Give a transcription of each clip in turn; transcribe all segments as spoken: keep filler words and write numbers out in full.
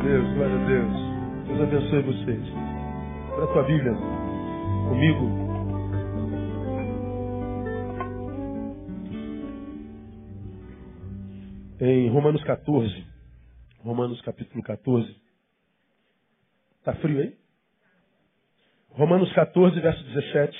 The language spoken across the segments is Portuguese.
Deus, glória a Deus. Deus abençoe vocês. Para a tua Bíblia, comigo. Em Romanos quatorze. Romanos capítulo quatorze. Está frio aí? Romanos quatorze, verso dezessete.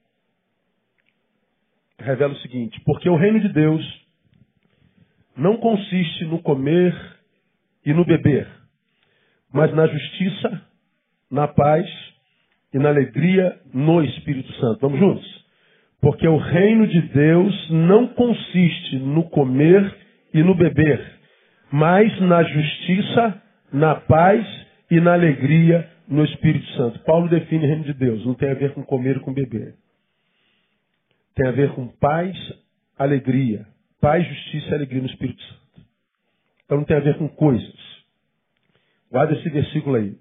Revela o seguinte: porque o reino de Deus não consiste no comer e no beber, mas na justiça, na paz e na alegria no Espírito Santo. Vamos juntos? Porque o reino de Deus não consiste no comer e no beber, mas na justiça, na paz e na alegria no Espírito Santo. Paulo define o reino de Deus. Não tem a ver com comer e com beber. Tem a ver com paz, alegria. Paz, justiça e alegria no Espírito Santo. Então não tem a ver com coisas. Guarda esse versículo aí.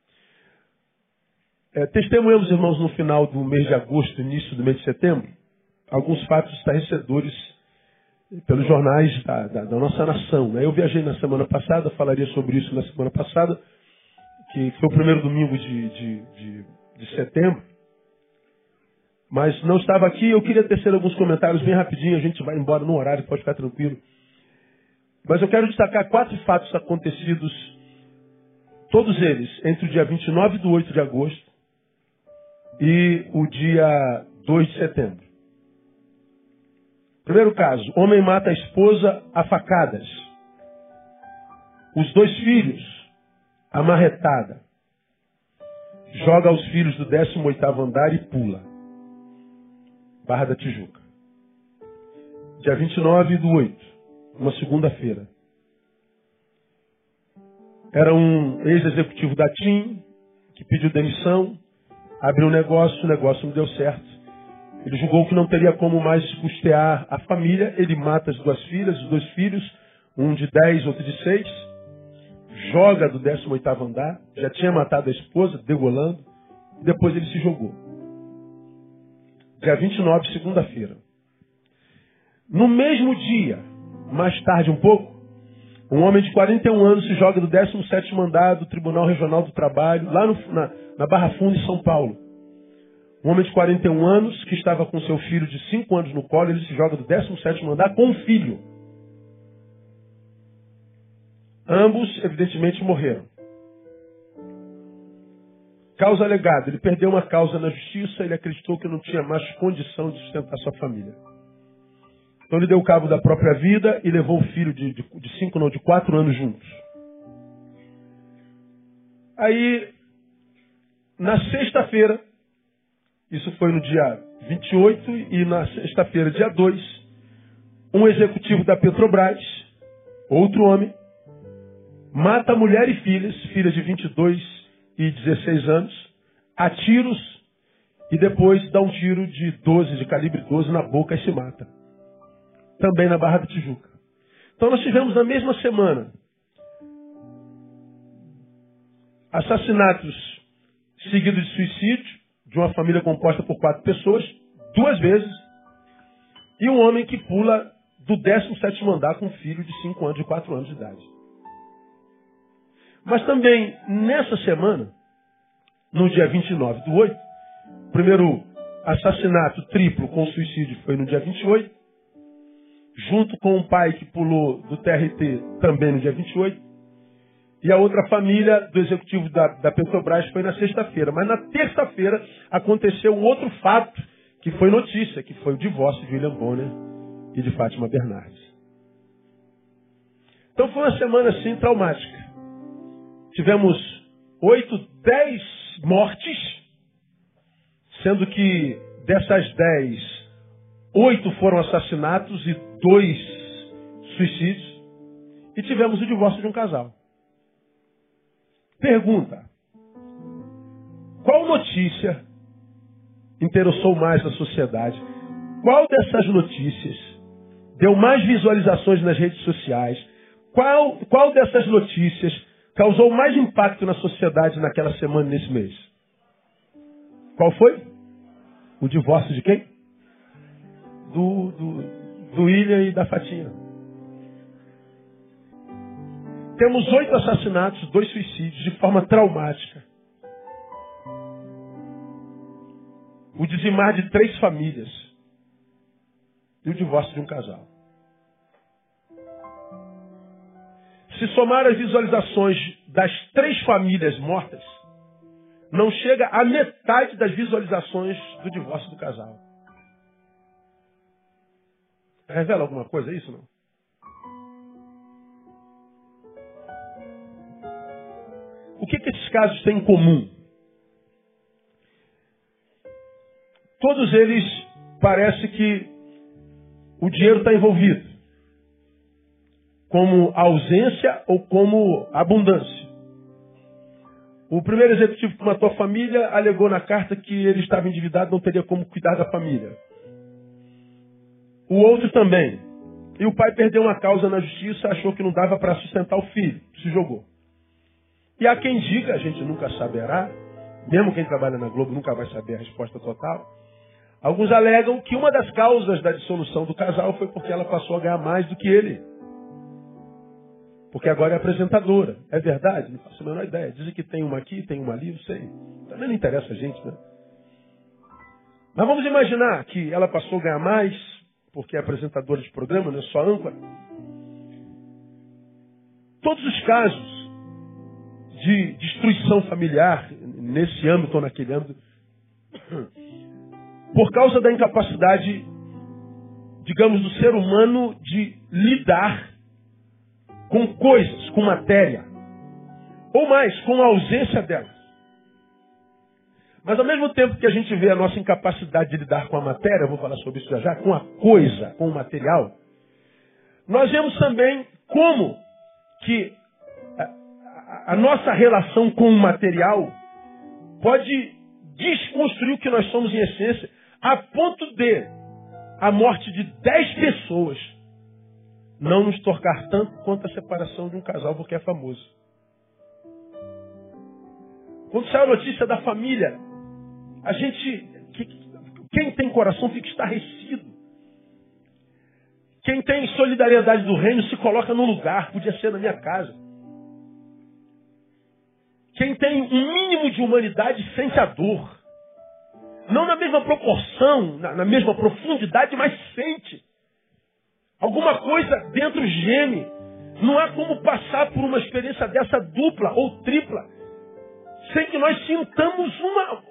É, testemunhamos, irmãos, no final do mês de agosto, início do mês de setembro, alguns fatos estarrecedores pelos jornais da, da, da nossa nação. Né? Eu viajei na semana passada, falaria sobre isso na semana passada, que foi o primeiro domingo de, de, de, de setembro. Mas não estava aqui, eu queria tecer alguns comentários bem rapidinho, a gente vai embora no horário, pode ficar tranquilo. Mas eu quero destacar quatro fatos acontecidos, todos eles, entre o dia vinte e nove do oito de agosto e o dia dois de setembro. Primeiro caso, homem mata a esposa a facadas. Os dois filhos, a marretada. Joga os filhos do décimo oitavo andar e pula. Barra da Tijuca. Dia vinte e nove do oito, uma segunda-feira. Era um ex-executivo da TIM, que pediu demissão, abriu um negócio, o negócio não deu certo. Ele julgou que não teria como mais custear a família, ele mata as duas filhas, os dois filhos, um de dez, outro de seis, joga do décimo oitavo andar, já tinha matado a esposa, degolando, e depois ele se jogou. Dia vinte e nove, segunda-feira. No mesmo dia, mais tarde um pouco, um homem de quarenta e um anos se joga do décimo sétimo andar do Tribunal Regional do Trabalho, lá no, na, na Barra Funda, em São Paulo. Um homem de quarenta e um anos, que estava com seu filho de cinco anos no colo, ele se joga do décimo sétimo andar com um filho. Ambos, evidentemente, morreram. Causa alegada. Ele perdeu uma causa na justiça, ele acreditou que não tinha mais condição de sustentar sua família. Então ele deu cabo da própria vida e levou o filho de, de, de cinco, não, de quatro anos juntos. Aí, na sexta-feira, isso foi no dia vinte e oito, e na sexta-feira, dia dois, um executivo da Petrobras, outro homem, mata mulher e filhas, filhas de vinte e dois e dezesseis anos, a tiros, e depois dá um tiro de doze, de calibre doze na boca e se mata. Também na Barra da Tijuca. Então nós tivemos na mesma semana assassinatos seguidos de suicídio, de uma família composta por quatro pessoas, duas vezes, e um homem que pula do décimo sétimo andar com um filho de cinco anos, de quatro anos de idade. Mas também, nessa semana, no dia vinte e nove do oito, o primeiro assassinato triplo com suicídio foi no dia vinte e oito, junto com um pai que pulou do T R T também no dia vinte e oito, e a outra família do executivo da, da Petrobras foi na sexta-feira. Mas na terça-feira aconteceu um outro fato que foi notícia, que foi o divórcio de William Bonner e de Fátima Bernardes. Então foi uma semana assim traumática. Tivemos oito, dez mortes, sendo que dessas dez, oito foram assassinatos e dois suicídios. E tivemos o divórcio de um casal. Pergunta: qual notícia interessou mais a sociedade? Qual dessas notícias deu mais visualizações nas redes sociais? Qual, qual dessas notícias causou mais impacto na sociedade naquela semana, nesse mês? Qual foi? O divórcio de quem? Do, do, do William e da Fatinha. Temos oito assassinatos, dois suicídios, de forma traumática. O dizimar de três famílias. E o divórcio de um casal. Se somar as visualizações das três famílias mortas, não chega à metade das visualizações do divórcio do casal. Revela alguma coisa isso, não? O que, que esses casos têm em comum? Todos eles parece que o dinheiro está envolvido. Como ausência ou como abundância. O primeiro executivo que matou a família alegou na carta que ele estava endividado, não teria como cuidar da família. O outro também. E o pai perdeu uma causa na justiça, achou que não dava para sustentar o filho, se jogou. E há quem diga, a gente nunca saberá, mesmo quem trabalha na Globo nunca vai saber a resposta total. Alguns alegam que uma das causas da dissolução do casal foi porque ela passou a ganhar mais do que ele. Porque agora é apresentadora. É verdade? Não faço a menor ideia. Dizem que tem uma aqui, tem uma ali, não sei. Também não interessa a gente, né? Mas vamos imaginar que ela passou a ganhar mais, porque é apresentadora de programa, não é só âncora. Todos os casos de destruição familiar, nesse âmbito ou naquele âmbito, por causa da incapacidade, digamos, do ser humano de lidar com coisas, com matéria. Ou mais, com a ausência delas. Mas ao mesmo tempo que a gente vê a nossa incapacidade de lidar com a matéria, eu vou falar sobre isso já já, com a coisa, com o material, nós vemos também como que a, a, a nossa relação com o material pode desconstruir o que nós somos em essência, a ponto de a morte de dez pessoas não nos tocar tanto quanto a separação de um casal porque é famoso. Quando sai a notícia da família, a gente, quem tem coração fica estarrecido. Quem tem solidariedade do reino se coloca no lugar, podia ser na minha casa. Quem tem um mínimo de humanidade sente a dor. Não na mesma proporção, na, na mesma profundidade, mas sente. Alguma coisa dentro geme. Não há como passar por uma experiência dessa dupla ou tripla sem que nós sintamos uma,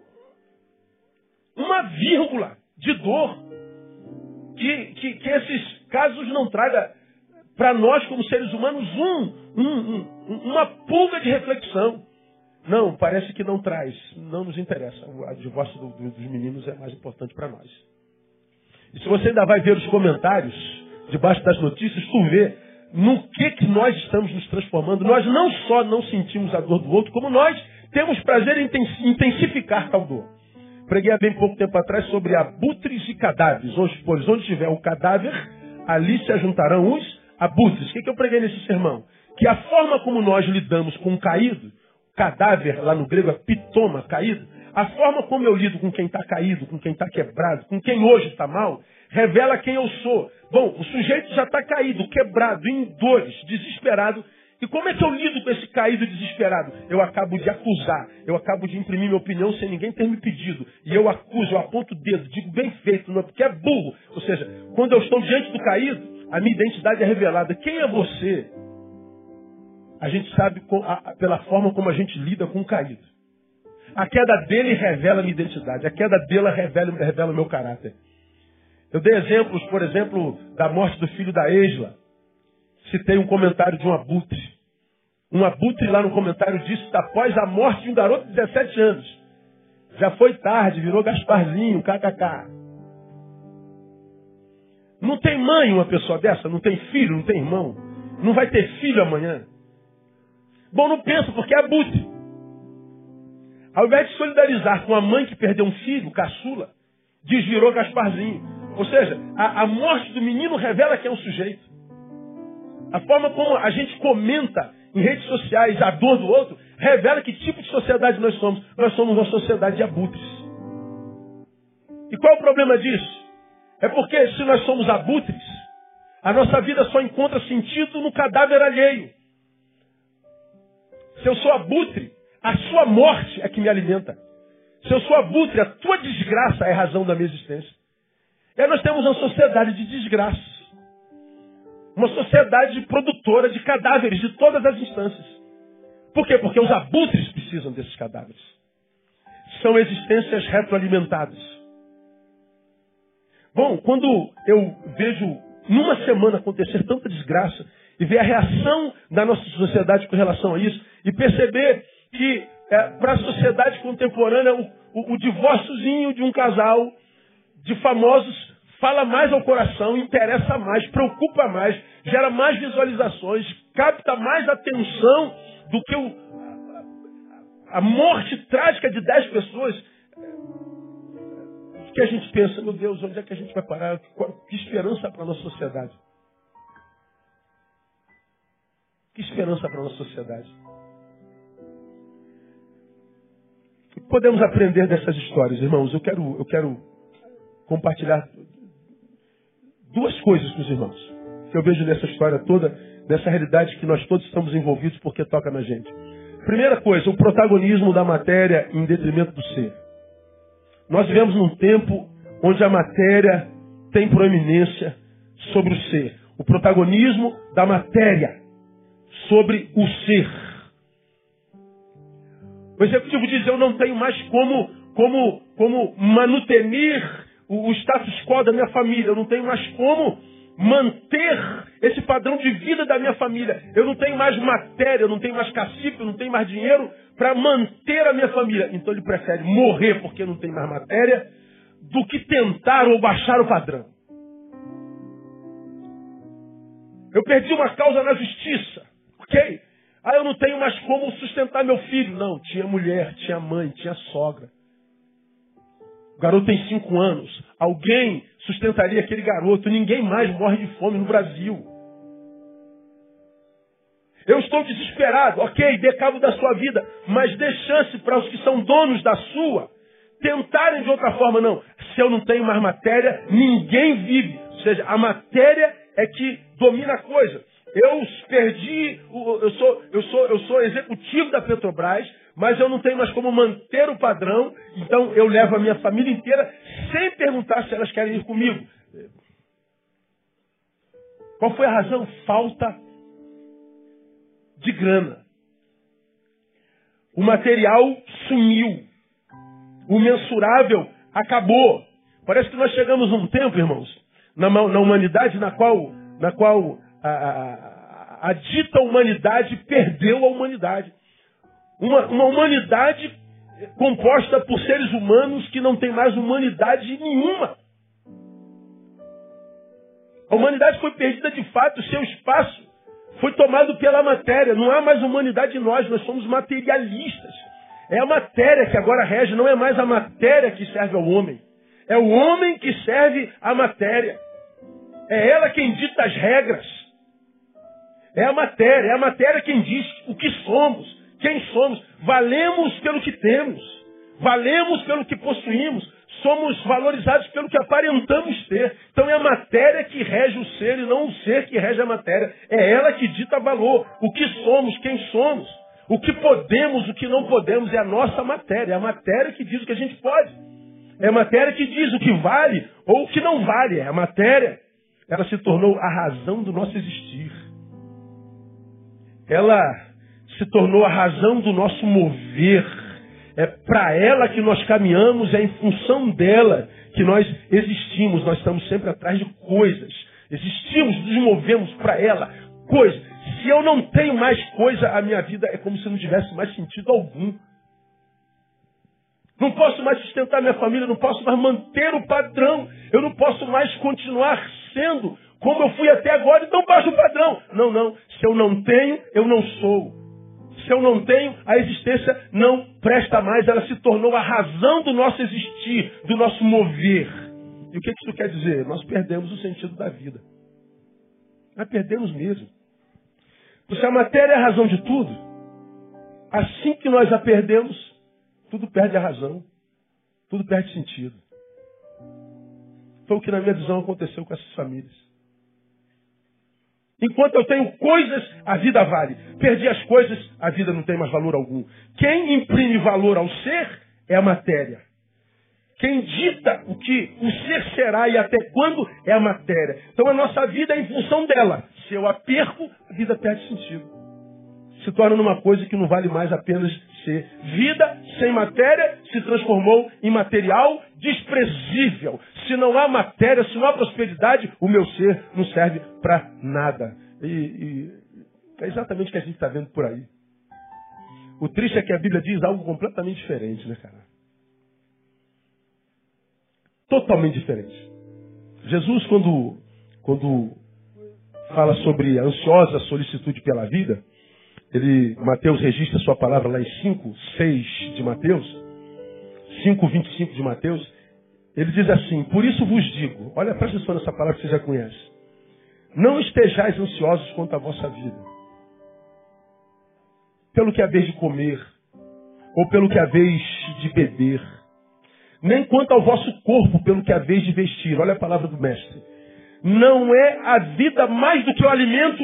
uma vírgula de dor que, que, que esses casos não tragam para nós como seres humanos um, um, um, uma pulga de reflexão. Não, parece que não traz, não nos interessa. O divórcio do, do, dos meninos é mais importante para nós. E se você ainda vai ver os comentários debaixo das notícias, tu vê no que, que nós estamos nos transformando. Nós não só não sentimos a dor do outro, como nós temos prazer em intensificar tal dor. Preguei há bem pouco tempo atrás sobre abutres e cadáveres. Hoje, pois, onde tiver o cadáver, ali se ajuntarão os abutres. O que, que eu preguei nesse sermão? Que a forma como nós lidamos com o caído, cadáver lá no grego é pitoma, caído, a forma como eu lido com quem está caído, com quem está quebrado, com quem hoje está mal, revela quem eu sou. Bom, o sujeito já está caído, quebrado, em dores, desesperado. E como é que eu lido com esse caído desesperado? Eu acabo de acusar, eu acabo de imprimir minha opinião sem ninguém ter me pedido. E eu acuso, eu aponto o dedo, digo bem feito, não é porque é burro. Ou seja, quando eu estou diante do caído, a minha identidade é revelada. Quem é você? A gente sabe com, a, pela forma como a gente lida com o caído. A queda dele revela a minha identidade, a queda dela revela, revela o meu caráter. Eu dei exemplos, por exemplo, da morte do filho da Esla. Citei um comentário de um abutre. Um abutre lá no comentário disse, após a morte de um garoto de dezessete anos. Já foi tarde, virou Gasparzinho, kkk. Não tem mãe uma pessoa dessa, não tem filho, não tem irmão. Não vai ter filho amanhã. Bom, não penso, porque é abutre. Ao invés de solidarizar com a mãe que perdeu um filho, caçula, diz virou Gasparzinho. Ou seja, a, a morte do menino revela quem é o sujeito. A forma como a gente comenta em redes sociais a dor do outro, revela que tipo de sociedade nós somos. Nós somos uma sociedade de abutres. E qual é o problema disso? É porque se nós somos abutres, a nossa vida só encontra sentido no cadáver alheio. Se eu sou abutre, a sua morte é que me alimenta. Se eu sou abutre, a tua desgraça é a razão da minha existência. E aí nós temos uma sociedade de desgraças. Uma sociedade produtora de cadáveres de todas as instâncias. Por quê? Porque os abutres precisam desses cadáveres. São existências retroalimentadas. Bom, quando eu vejo numa semana acontecer tanta desgraça e ver a reação da nossa sociedade com relação a isso e perceber que é, para a sociedade contemporânea o, o, o divórciozinho de um casal de famosos fala mais ao coração, interessa mais, preocupa mais, gera mais visualizações, capta mais atenção do que o, a, a morte trágica de dez pessoas. O que a gente pensa, meu Deus, onde é que a gente vai parar? Que esperança para a nossa sociedade? Que esperança para a nossa sociedade? O que podemos aprender dessas histórias, irmãos? Eu quero, eu quero compartilhar duas coisas com os irmãos que eu vejo nessa história toda, dessa realidade que nós todos estamos envolvidos porque toca na gente. Primeira coisa, o protagonismo da matéria em detrimento do ser. Nós vivemos num tempo onde a matéria tem proeminência sobre o ser. O protagonismo da matéria sobre o ser. O executivo diz, eu não tenho mais como, como, como manutenir o, o status quo da minha família. Eu não tenho mais como manter esse padrão de vida da minha família. Eu não tenho mais matéria, eu não tenho mais cacife, eu não tenho mais dinheiro para manter a minha família. Então ele prefere morrer porque não tem mais matéria do que tentar ou baixar o padrão. Eu perdi uma causa na justiça. Ok? Ah, eu não tenho mais como sustentar meu filho. Não, tinha mulher, tinha mãe, tinha sogra. O garoto tem cinco anos. Alguém sustentaria aquele garoto. Ninguém mais morre de fome no Brasil. Eu estou desesperado. Ok, dê cabo da sua vida. Mas dê chance para os que são donos da sua tentarem de outra forma. Não, se eu não tenho mais matéria, ninguém vive. Ou seja, a matéria é que domina a coisa. Eu perdi, eu sou, eu sou, eu sou executivo da Petrobras, mas eu não tenho mais como manter o padrão, então eu levo a minha família inteira sem perguntar se elas querem ir comigo. Qual foi a razão? Falta de grana. O material sumiu. O mensurável acabou. Parece que nós chegamos num tempo, irmãos, na, na humanidade na qual, na qual a, a, a dita humanidade perdeu a humanidade. Uma, uma humanidade composta por seres humanos que não tem mais humanidade nenhuma. A humanidade foi perdida de fato, o seu espaço foi tomado pela matéria. Não há mais humanidade em nós, nós somos materialistas. É a matéria que agora rege, não é mais a matéria que serve ao homem. É o homem que serve à matéria. É ela quem dita as regras. É a matéria, é a matéria quem diz o que somos, quem somos. Valemos pelo que temos. Valemos pelo que possuímos. Somos valorizados pelo que aparentamos ter. Então é a matéria que rege o ser e não o ser que rege a matéria. É ela que dita valor. O que somos, quem somos. O que podemos, o que não podemos. É a nossa matéria. É a matéria que diz o que a gente pode. É a matéria que diz o que vale ou o que não vale. É a matéria. Ela se tornou a razão do nosso existir. Ela se tornou a razão do nosso mover. É para ela que nós caminhamos, é em função dela que nós existimos. Nós estamos sempre atrás de coisas. Existimos, nos movemos para ela. Coisas. Se eu não tenho mais coisa, a minha vida é como se não tivesse mais sentido algum. Não posso mais sustentar minha família, não posso mais manter o padrão. Eu não posso mais continuar sendo como eu fui até agora, então baixo o padrão. Não, não. Se eu não tenho, eu não sou. Se eu não tenho, a existência não presta mais. Ela se tornou a razão do nosso existir, do nosso mover. E o que isso quer dizer? Nós perdemos o sentido da vida. Nós perdemos mesmo. Se a matéria é a razão de tudo, assim que nós a perdemos, tudo perde a razão. Tudo perde sentido. Foi o que na minha visão aconteceu com essas famílias. Enquanto eu tenho coisas, a vida vale. Perdi as coisas, a vida não tem mais valor algum. Quem imprime valor ao ser é a matéria. Quem dita o que o ser será e até quando é a matéria. Então a nossa vida é em função dela. Se eu a perco, a vida perde sentido. Se torna numa coisa que não vale mais apenas ser. Vida sem matéria se transformou em material desprezível. Se não há matéria, se não há prosperidade, o meu ser não serve para nada. E, e é exatamente o que a gente está vendo por aí. O triste é que a Bíblia diz algo completamente diferente, né, cara? Totalmente diferente. Jesus, quando, quando fala sobre a ansiosa solicitude pela vida, ele, Mateus registra sua palavra lá em cinco, seis de Mateus, cinco, vinte e cinco de Mateus, ele diz assim: por isso vos digo, olha, presta atenção nessa palavra que você já conhece, não estejais ansiosos quanto à vossa vida, pelo que haveis de comer, ou pelo que haveis de beber, nem quanto ao vosso corpo, pelo que haveis de vestir. Olha a palavra do mestre. Não é a vida mais do que o alimento.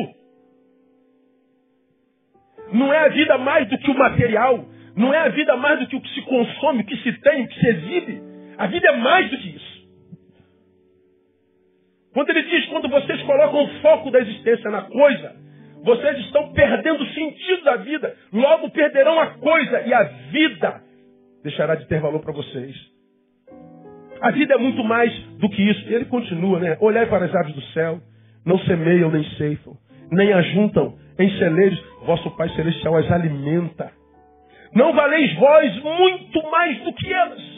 Não é a vida mais do que o material. Não é a vida mais do que o que se consome, o que se tem, o que se exibe. A vida é mais do que isso. Quando ele diz, quando vocês colocam o foco da existência na coisa, vocês estão perdendo o sentido da vida. Logo perderão a coisa e a vida deixará de ter valor para vocês. A vida é muito mais do que isso. E ele continua, né? Olhai para as aves do céu, não semeiam nem ceifam, nem ajuntam em celeiros, vosso Pai Celestial as alimenta. Não valeis vós muito mais do que elas.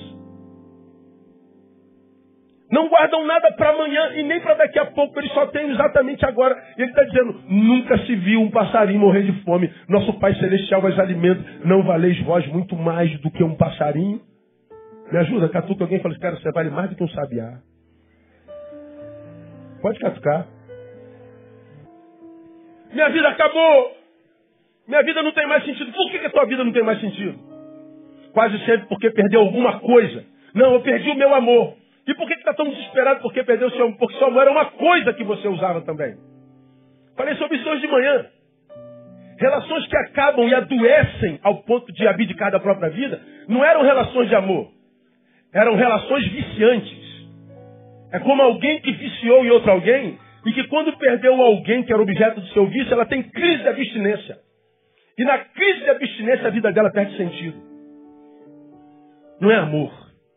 Não guardam nada para amanhã e nem para daqui a pouco, eles só têm exatamente agora. E ele está dizendo, nunca se viu um passarinho morrer de fome. Nosso Pai Celestial as alimenta. Não valeis vós muito mais do que um passarinho? Me ajuda, catuca alguém e fala, cara, você vale mais do que um sabiá. Pode catucar. Minha vida acabou. Minha vida não tem mais sentido. Por que, que a tua vida não tem mais sentido? Quase sempre porque perdeu alguma coisa. Não, eu perdi o meu amor. E por que está tão desesperado porque perdeu o seu amor? Porque seu amor era uma coisa que você usava também. Falei sobre isso hoje de manhã. Relações que acabam e adoecem ao ponto de abdicar da própria vida, não eram relações de amor. Eram relações viciantes. É como alguém que viciou em outro alguém e que quando perdeu alguém que era objeto do seu vício, ela tem crise de abstinência. E na crise de abstinência a vida dela perde sentido. Não é amor.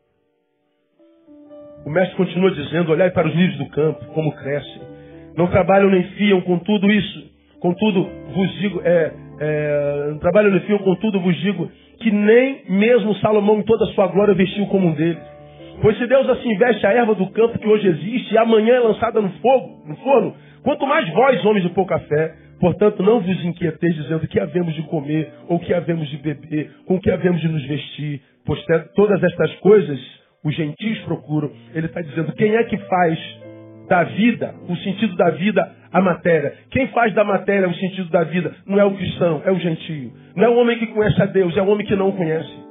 O mestre continua dizendo, olhai para os lírios do campo, como crescem. Não trabalham nem fiam com tudo isso. Contudo, vos digo, é, é, não trabalham nem fiam, contudo vos digo, que nem mesmo Salomão em toda a sua glória vestiu como um deles. Pois se Deus assim veste a erva do campo que hoje existe, e amanhã é lançada no fogo, no forno, quanto mais vós, homens de pouca fé, portanto não vos inquieteis dizendo o que havemos de comer, ou o que havemos de beber, com o que havemos de nos vestir, pois todas estas coisas os gentios procuram. Ele está dizendo, quem é que faz da vida, o sentido da vida, a matéria? Quem faz da matéria o sentido da vida? Não é o cristão, é o gentio. Não é o homem que conhece a Deus, é o homem que não o conhece.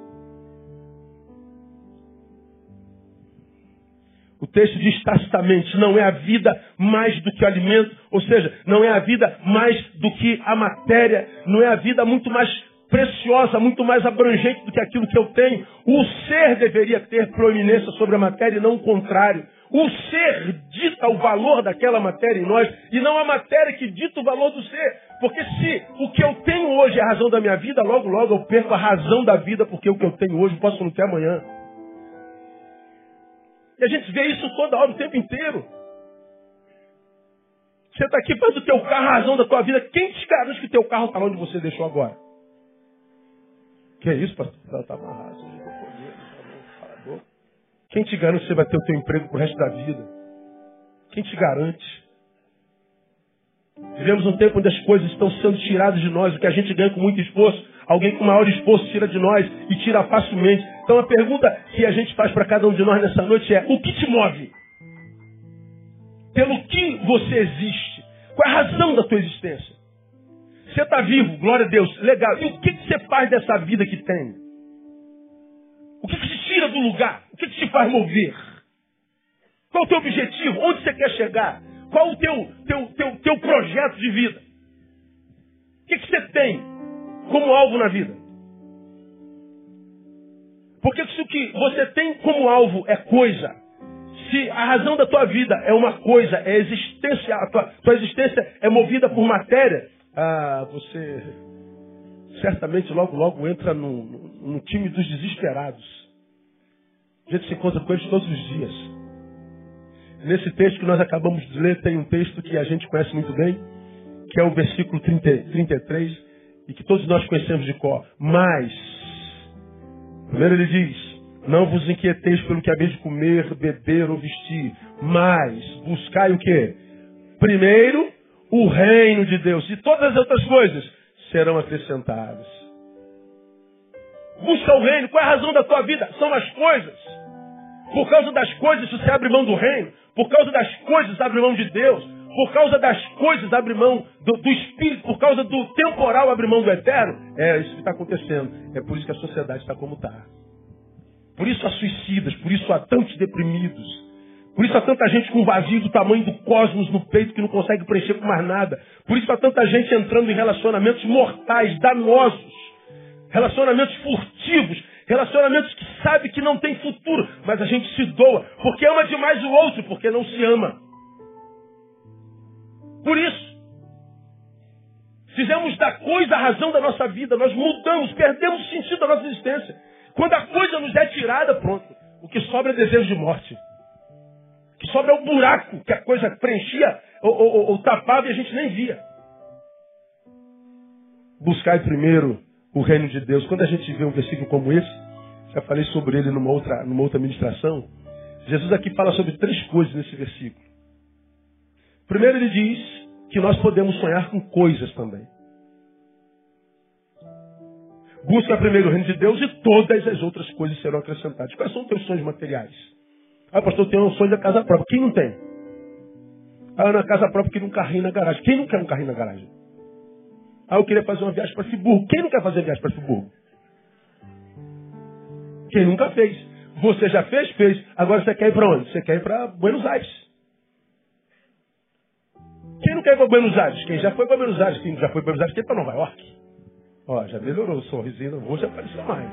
O texto diz tacitamente, não é a vida mais do que o alimento, ou seja, não é a vida mais do que a matéria, não é a vida muito mais preciosa, muito mais abrangente do que aquilo que eu tenho. O ser deveria ter proeminência sobre a matéria e não o contrário. O ser dita o valor daquela matéria em nós e não a matéria que dita o valor do ser. Porque se o que eu tenho hoje é a razão da minha vida, logo, logo eu perco a razão da vida, porque o que eu tenho hoje posso não ter amanhã. E a gente vê isso toda hora, o tempo inteiro. Você está aqui, faz o teu carro a razão da tua vida. Quem te garante que o teu carro está onde você deixou agora? Que é isso, pastor? Está amarrado. Quem te garante que você vai ter o teu emprego pro resto da vida? Quem te garante? Vivemos um tempo onde as coisas estão sendo tiradas de nós. O que a gente ganha com muito esforço, alguém com maior esforço tira de nós e tira facilmente. Então a pergunta que a gente faz para cada um de nós nessa noite é, o que te move? Pelo que você existe? Qual é a razão da tua existência? Você está vivo, glória a Deus, legal. E o que, que você faz dessa vida que tem? O que, que te tira do lugar? O que, que te faz mover? Qual é o teu objetivo? Onde você quer chegar? Qual o teu, teu, teu, teu projeto de vida? O que, que você tem como alvo na vida? Porque se o que você tem como alvo é coisa, se a razão da tua vida é uma coisa, é existência, a tua, tua existência é movida por matéria, ah, você certamente logo, logo entra no, no time dos desesperados. A gente se encontra com eles todos os dias. Nesse texto que nós acabamos de ler, tem um texto que a gente conhece muito bem, que é o versículo trinta, trinta e três, e que todos nós conhecemos de cor. Mas, primeiro ele diz, não vos inquieteis pelo que haveis de comer, beber ou vestir, mas buscai o quê? Primeiro, o reino de Deus, e todas as outras coisas serão acrescentadas. Busca o reino. Qual é a razão da tua vida? São as coisas. Por causa das coisas você abre mão do reino. Por causa das coisas abre mão de Deus. Por causa das coisas abre mão do, do Espírito. Por causa do temporal abre mão do eterno. É isso que está acontecendo. É por isso que a sociedade está como está. Por isso há suicidas. Por isso há tantos deprimidos. Por isso há tanta gente com vazio do tamanho do cosmos no peito que não consegue preencher com mais nada. Por isso há tanta gente entrando em relacionamentos mortais, danosos. Relacionamentos furtivos. Relacionamentos que sabe que não tem futuro. Mas a gente se doa. Porque ama demais o outro. Porque não se ama. Por isso. Fizemos da coisa a razão da nossa vida. Nós mudamos, perdemos o sentido da nossa existência. Quando a coisa nos é tirada, pronto. O que sobra é desejo de morte. O que sobra é o buraco que a coisa preenchia ou, ou, ou tapava e a gente nem via. Buscai primeiro o reino de Deus. Quando a gente vê um versículo como esse, já falei sobre ele numa outra, numa outra ministração, Jesus aqui fala sobre três coisas nesse versículo. Primeiro ele diz que nós podemos sonhar com coisas também. Busca primeiro o reino de Deus e todas as outras coisas serão acrescentadas. Quais são os teus sonhos materiais? Ah, pastor, eu tenho um sonho da casa própria. Quem não tem? Ah, na casa própria eu queria um carrinho na garagem. Quem não quer um carrinho na garagem? Ah, eu queria fazer uma viagem para Friburgo. Quem não quer fazer viagem para Friburgo? Quem nunca fez? Você já fez? Fez. Agora você quer ir para onde? Você quer ir para Buenos Aires. Quem não quer ir para Buenos Aires? Quem já foi para Buenos Aires? Quem já foi para Buenos Aires quer ir para Nova York. Ó, já melhorou o sorrisinho no rosto, já apareceu mais.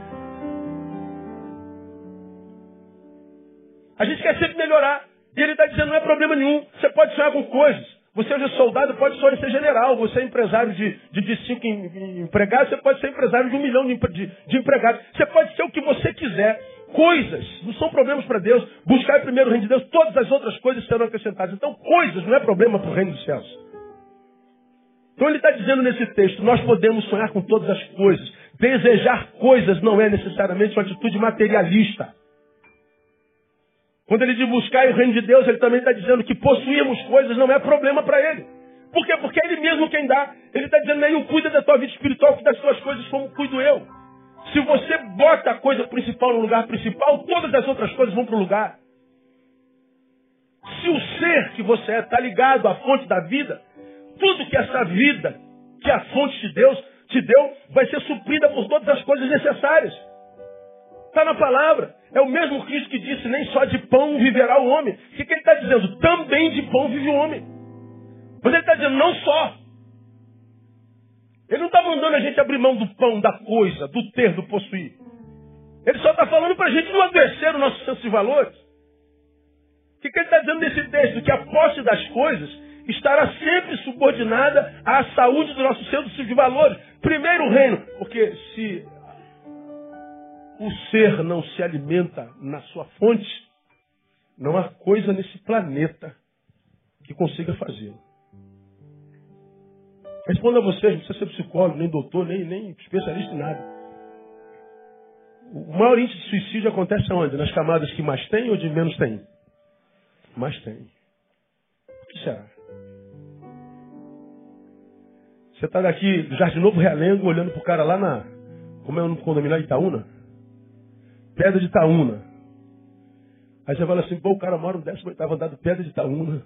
A gente quer sempre melhorar. E ele está dizendo, não é problema nenhum. Você pode sonhar com coisas. Você hoje é soldado, pode sonhar em ser general. Você é empresário de, de, de cinco em, em empregados, você pode ser empresário de um milhão de, de, de empregados. Você pode ser o que você quiser. Coisas não são problemas para Deus. Buscar primeiro o reino de Deus, todas as outras coisas serão acrescentadas. Então, coisas não é problema para o reino dos céus. Então ele está dizendo nesse texto, nós podemos sonhar com todas as coisas. Desejar coisas não é necessariamente uma atitude materialista. Quando ele diz buscar o reino de Deus, ele também está dizendo que possuirmos coisas não é problema para ele. Por quê? Porque é ele mesmo quem dá. Ele está dizendo, nenhum cuida da tua vida espiritual, que das tuas coisas como cuido eu. Se você bota a coisa principal no lugar principal, todas as outras coisas vão para o lugar. Se o ser que você é está ligado à fonte da vida, tudo que essa vida, que a fonte de Deus te deu, vai ser suprida por todas as coisas necessárias. Está na palavra. É o mesmo Cristo que disse, nem só de pão viverá o homem. O que, que ele está dizendo? Também de pão vive o homem. Mas ele está dizendo, não só. Ele não está mandando a gente abrir mão do pão, da coisa, do ter, do possuir. Ele só está falando para a gente não adoecer o nosso senso de valores. O que, que ele está dizendo nesse texto? Que a posse das coisas estará sempre subordinada à saúde do nosso senso de valores. Primeiro o reino, porque se o ser não se alimenta na sua fonte, não há coisa nesse planeta que consiga fazê-lo. Respondo a vocês, não precisa ser psicólogo, nem doutor, nem, nem especialista em nada. O maior índice de suicídio acontece aonde? Nas camadas que mais tem ou de menos tem? Mais tem. O que será? Você está daqui do Jardim Novo Realengo, olhando para o cara lá na... Como é o condomínio lá de Itaúna? Pedra de Itaúna. Aí você fala assim, pô, o cara mora no décimo oitavo andar do Pedra de Itaúna.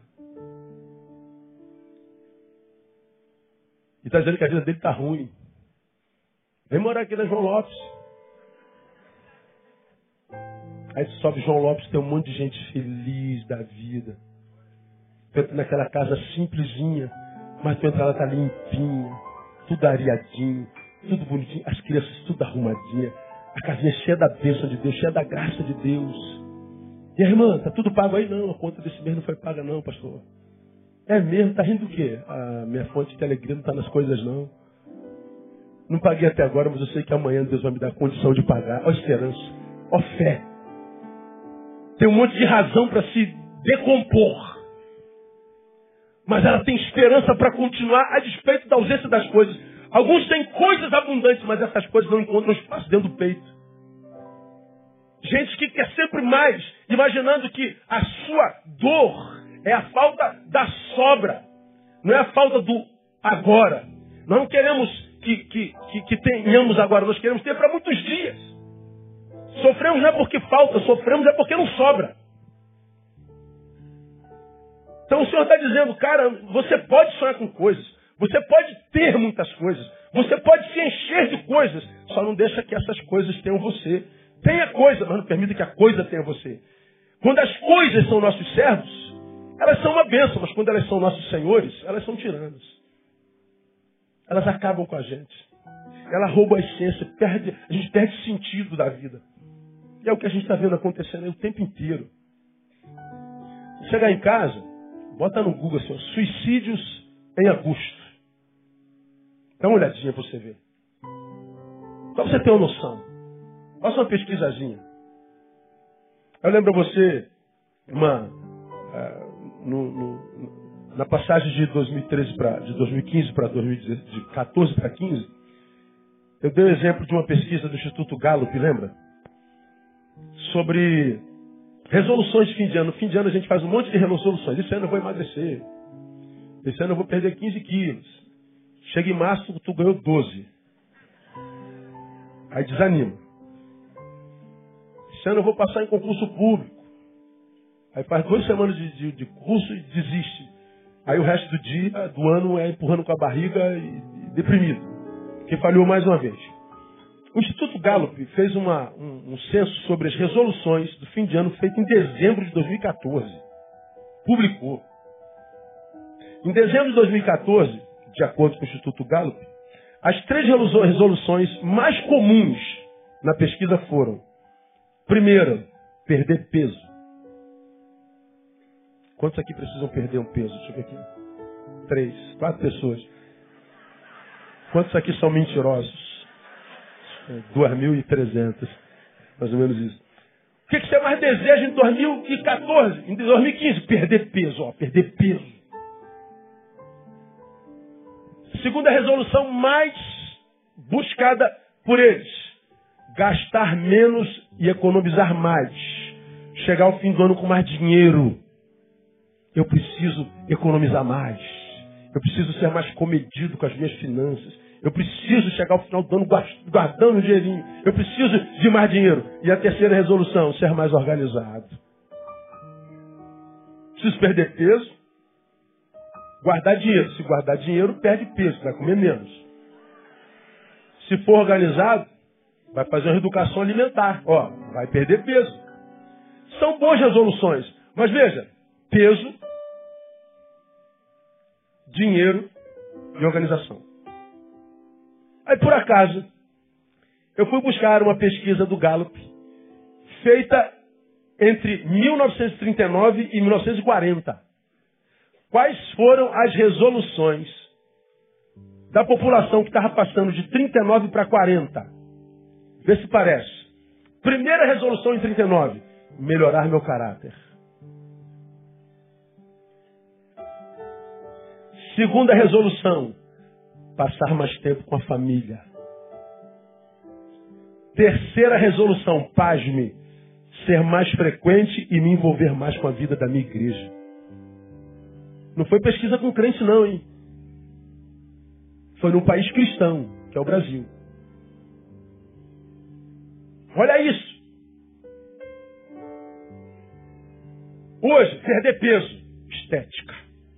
E está dizendo que a vida dele está ruim. Vem morar aqui na João Lopes. Aí você sobe João Lopes, tem um monte de gente feliz da vida. Tu entra naquela casa simplesinha, mas tu entra lá, tá limpinha, tudo areadinho, tudo bonitinho, as crianças tudo arrumadinha, a casinha cheia da bênção de Deus, cheia da graça de Deus. E a irmã, tá tudo pago aí? Não, a conta desse mês não foi paga não, pastor. É mesmo? Tá rindo do quê? A minha fonte de alegria não tá nas coisas não. Não paguei até agora, mas eu sei que amanhã Deus vai me dar condição de pagar. Ó esperança, ó fé. Tem um monte de razão para se decompor. Mas ela tem esperança para continuar a despeito da ausência das coisas. Alguns têm coisas abundantes, mas essas coisas não encontram espaço dentro do peito. Gente que quer sempre mais, imaginando que a sua dor é a falta da sobra. Não é a falta do agora. Nós não queremos que, que, que, que tenhamos agora, nós queremos ter para muitos dias. Sofremos não é porque falta, sofremos é porque não sobra. Então o Senhor está dizendo, cara, você pode sonhar com coisas, você pode ter muitas coisas, você pode se encher de coisas, só não deixa que essas coisas tenham você. Tenha coisa, mas não permita que a coisa tenha você. Quando as coisas são nossos servos, elas são uma bênção, mas quando elas são nossos senhores, elas são tiranos. Elas acabam com a gente. Ela rouba a essência, perde, a gente perde o sentido da vida. E é o que a gente está vendo acontecendo aí o tempo inteiro. Chegar em casa, bota no Google assim, suicídios em Augusto. Dá uma olhadinha para você ver. Para você ter uma noção. Faça uma pesquisazinha. Eu lembro a você, uma, uh, no, no, na passagem de dois mil e treze pra, de dois mil e quinze para dois mil e dezesseis, de quatorze para quinze, eu dei o exemplo de uma pesquisa do Instituto Gallup, lembra? Sobre resoluções de fim de ano. No fim de ano a gente faz um monte de resoluções. Esse ano eu vou emagrecer. Esse ano eu vou perder quinze quilos. Chega em março, tu ganhou doze. Aí desanima. Esse ano eu vou passar em concurso público. Aí faz duas semanas de, de, de curso e desiste. Aí o resto do dia, do ano, é empurrando com a barriga e, e deprimido. Porque falhou mais uma vez. O Instituto Gallup fez uma, um, um censo sobre as resoluções do fim de ano feito em dezembro de dois mil e quatorze. Publicou. Em dezembro de dois mil e quatorze, de acordo com o Instituto Gallup, as três resoluções mais comuns na pesquisa foram: primeiro, perder peso. Quantos aqui precisam perder um peso? Deixa eu ver aqui. Três, quatro pessoas. Quantos aqui são mentirosos? Duas mil e trezentas. Mais ou menos isso. O que você mais deseja em dois mil e quatorze? Em dois mil e quinze? Perder peso. Ó, perder peso. Segunda resolução mais buscada por eles: gastar menos e economizar mais. Chegar ao fim do ano com mais dinheiro. Eu preciso economizar mais. Eu preciso ser mais comedido com as minhas finanças. Eu preciso chegar ao final do ano guardando um dinheirinho. Eu preciso de mais dinheiro. E a terceira resolução: ser mais organizado. Preciso perder peso. Guardar dinheiro. Se guardar dinheiro, perde peso. Vai comer menos. Se for organizado, vai fazer uma reeducação alimentar. Ó, vai perder peso. São boas resoluções. Mas veja, peso, dinheiro e organização. Aí, por acaso, eu fui buscar uma pesquisa do Gallup, feita entre mil novecentos e trinta e nove e mil novecentos e quarenta. Quais foram as resoluções da população que estava passando de trinta e nove para quarenta? Vê se parece. Primeira resolução em trinta e nove, melhorar meu caráter. Segunda resolução, passar mais tempo com a família. Terceira resolução, pasme, ser mais frequente e me envolver mais com a vida da minha igreja. Não foi pesquisa com crente não, hein? Foi num país cristão, que é o Brasil. Olha isso. Hoje, perder peso, estética.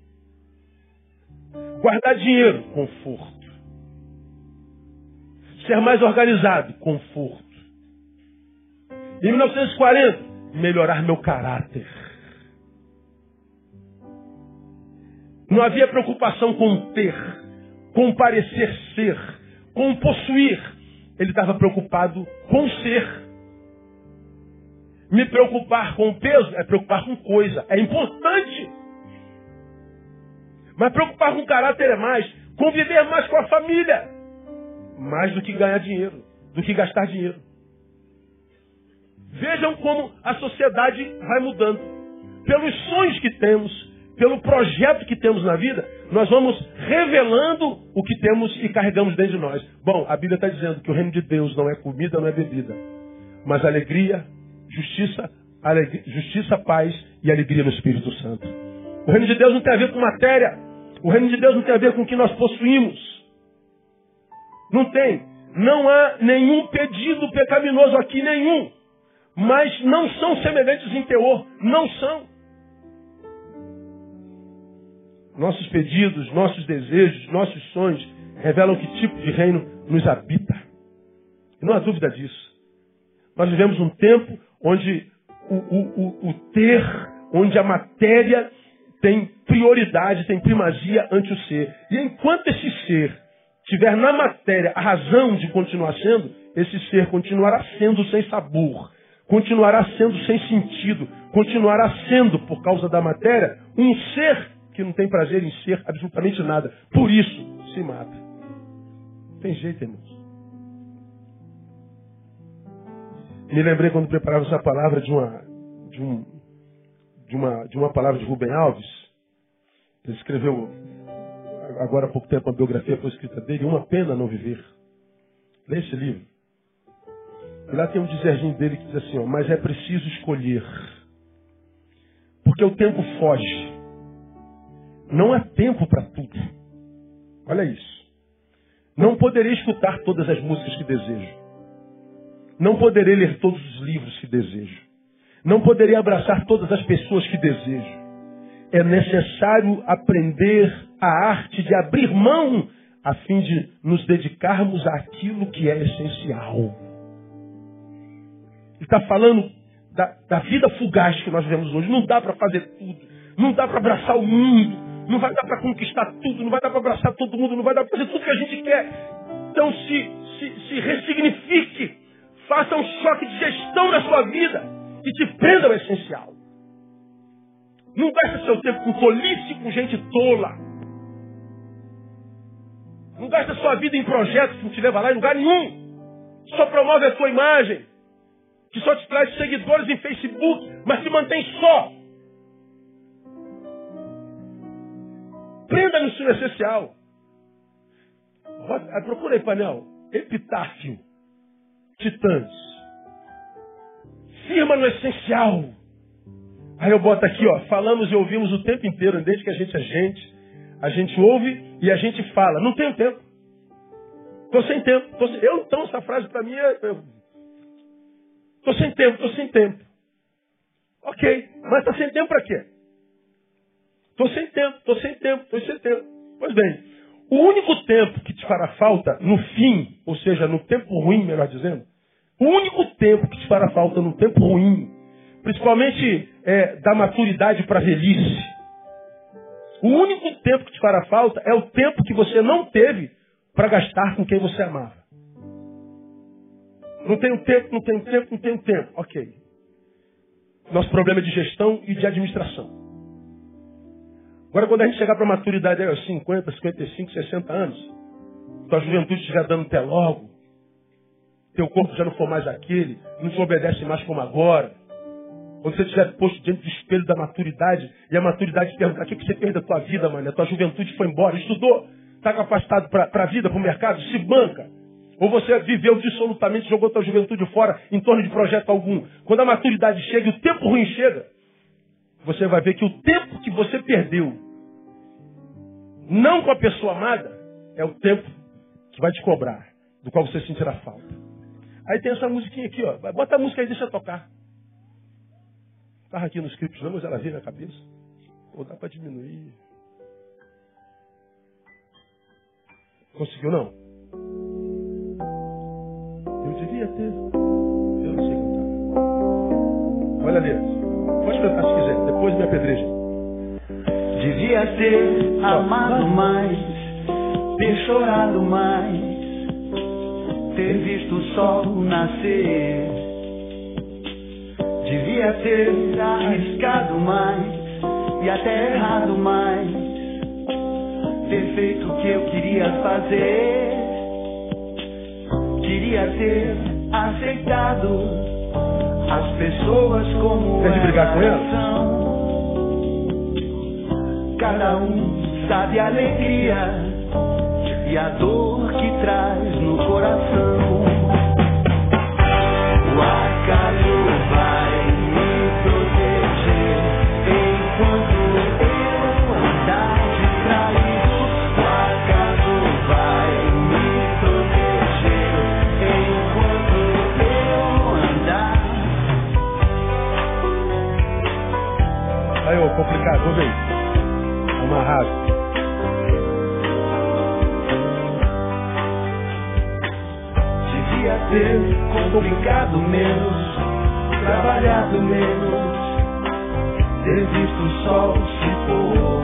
Guardar dinheiro, conforto. Ser mais organizado, conforto. Em mil novecentos e quarenta, melhorar meu caráter. Não havia preocupação com ter, com parecer ser, com possuir. Ele estava preocupado com ser. Me preocupar com peso é preocupar com coisa. É importante. Mas preocupar com caráter é mais. Conviver mais com a família. Mais do que ganhar dinheiro. Do que gastar dinheiro. Vejam como a sociedade vai mudando. Pelos sonhos que temos, pelo projeto que temos na vida, nós vamos revelando o que temos e carregamos dentro de nós. Bom, a Bíblia está dizendo que o reino de Deus não é comida, não é bebida. Mas alegria, justiça, alegria, justiça, paz e alegria no Espírito Santo. O reino de Deus não tem a ver com matéria. O reino de Deus não tem a ver com o que nós possuímos. Não tem. Não há nenhum pedido pecaminoso aqui, nenhum. Mas não são semelhantes em teor. Não são. Nossos pedidos, nossos desejos, nossos sonhos revelam que tipo de reino nos habita. E não há dúvida disso. Nós vivemos um tempo onde o, o, o, o ter, onde a matéria tem prioridade, tem primazia ante o ser. E enquanto esse ser tiver na matéria a razão de continuar sendo, esse ser continuará sendo sem sabor, continuará sendo sem sentido, continuará sendo, por causa da matéria, um ser que não tem prazer em ser absolutamente nada. Por isso, se mata. Não tem jeito, irmãos. Me lembrei quando preparava essa palavra de uma, de, um, de, uma, de uma palavra de Rubem Alves. Ele escreveu, agora há pouco tempo, uma biografia foi escrita dele, Uma Pena Não Viver. Lê esse livro. E lá tem um dizerzinho dele que diz assim, ó, mas é preciso escolher. Porque o tempo foge. Não há tempo para tudo. Olha isso. Não poderei escutar todas as músicas que desejo. Não poderei ler todos os livros que desejo. Não poderei abraçar todas as pessoas que desejo. É necessário aprender a arte de abrir mão a fim de nos dedicarmos àquilo que é essencial. Ele está falando da, da vida fugaz que nós vivemos hoje. Não dá para fazer tudo. Não dá para abraçar o mundo. Não vai dar para conquistar tudo. Não vai dar para abraçar todo mundo. Não vai dar para fazer tudo que a gente quer. Então se, se, se ressignifique. Faça um choque de gestão na sua vida e te prenda ao essencial. Não gaste seu tempo com tolice, com gente tola. Não gaste a sua vida em projetos que não te levam lá em lugar nenhum. Só promove a sua imagem. Que só te traz seguidores em Facebook, mas te mantém só. Prenda no seu essencial. Procura aí, painel. Epitáfio. Titãs. Firma no essencial. Aí eu boto aqui, ó. Falamos e ouvimos o tempo inteiro, desde que a gente é gente. A gente ouve e a gente fala. Não tenho tempo. Estou sem tempo. Tô sem... Eu, então, essa frase para mim é... Estou sem tempo, estou sem tempo. Ok. Mas está sem tempo para quê? Estou sem tempo, estou sem tempo, estou sem tempo. Pois bem, o único tempo que te fará falta no fim, ou seja, no tempo ruim, melhor dizendo, o único tempo que te fará falta no tempo ruim, principalmente é, da maturidade para a velhice, o único tempo que te fará falta é o tempo que você não teve para gastar com quem você amava. Não tenho tempo, não tenho tempo, não tenho tempo. Ok. Nosso problema é de gestão e de administração. Agora, quando a gente chegar para a maturidade, aos cinquenta, cinquenta e cinco, sessenta anos, tua juventude estiver dando até logo, teu corpo já não for mais aquele, não te obedece mais como agora. Quando você estiver posto diante do espelho da maturidade, e a maturidade te perguntar, o que, que você fez da tua vida, mano? A tua juventude foi embora, estudou, está capacitado para a vida, para o mercado, se banca. Ou você viveu dissolutamente, jogou tua juventude fora em torno de projeto algum. Quando a maturidade chega e o tempo ruim chega, você vai ver que o tempo que você perdeu, não com a pessoa amada, é o tempo que vai te cobrar, do qual você sentirá falta. Aí tem essa musiquinha aqui, ó. Bota a música aí, deixa eu tocar. Estava aqui no script, não, mas ela veio na cabeça. Pô, dá para diminuir. Conseguiu, não? Eu devia ter. Eu não sei cantar. Olha ali. Pode cantar se quiser, depois me apedreja. Devia Devia ter amado mais, ter chorado mais, ter visto o sol nascer. Devia ter arriscado mais e até errado mais, ter feito o que eu queria fazer. Queria ter aceitado as pessoas como Quer de brigar com elas elas? são. Cada um sabe a alegria e a dor que traz no coração. O acaso vai me proteger enquanto eu andar distraído. O acaso vai me proteger enquanto eu andar. Aí, ô, complicado, vou ver. Amarrado. Devia ter complicado menos, trabalhado menos, ter visto o sol se pôr.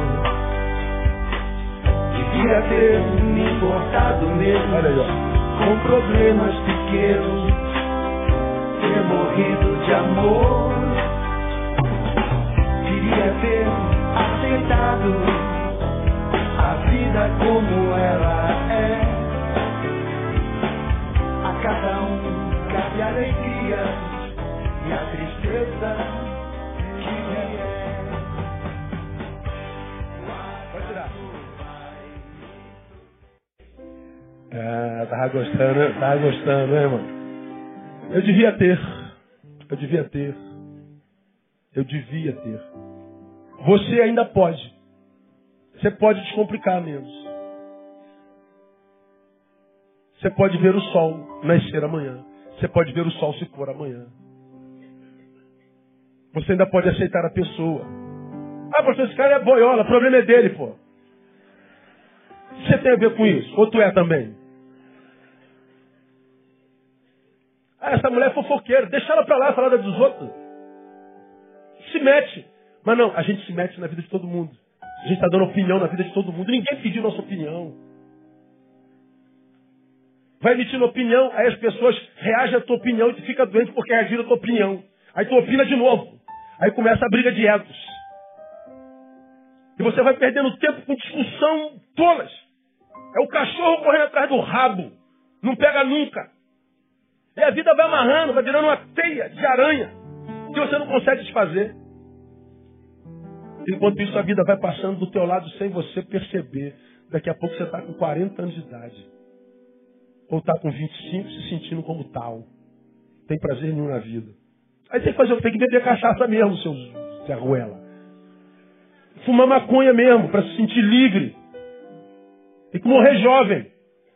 Devia ter me importado menos Olha aí, ó. com problemas pequenos, ter morrido de amor. Queria ter aceitado a vida como ela é. A cada um cabe a alegria e a tristeza que vier. Pode tirar. Ah, tava gostando, né? Tava gostando, né, irmão? Eu devia ter. Eu devia ter. Eu devia ter. Você ainda pode. Você pode descomplicar menos. Você pode ver o sol nascer amanhã. Você pode ver o sol se pôr amanhã. Você ainda pode aceitar a pessoa. Ah, pastor, esse cara é boiola, o problema é dele, pô. O que você tem a ver com isso? Ou tu é também? Ah, essa mulher é fofoqueira, deixa ela pra lá, falar da dos outros. Se mete. Mas não, a gente se mete na vida de todo mundo. A gente está dando opinião na vida de todo mundo. Ninguém pediu nossa opinião. Vai emitindo opinião, aí as pessoas reagem à tua opinião e tu fica doente porque reagiram à tua opinião. Aí tu opina de novo. Aí começa a briga de egos. E você vai perdendo tempo com discussão tolas. É o cachorro correndo atrás do rabo. Não pega nunca. E a vida vai amarrando, vai virando uma teia de aranha que você não consegue desfazer. Enquanto isso, a vida vai passando do teu lado sem você perceber. Daqui a pouco você está com quarenta anos de idade. Ou está com vinte e cinco se sentindo como tal. Não tem prazer nenhum na vida. Aí tem que fazer, tem que beber cachaça mesmo, seu Zé Ruela. Fumar maconha mesmo, para se sentir livre. Tem que morrer jovem.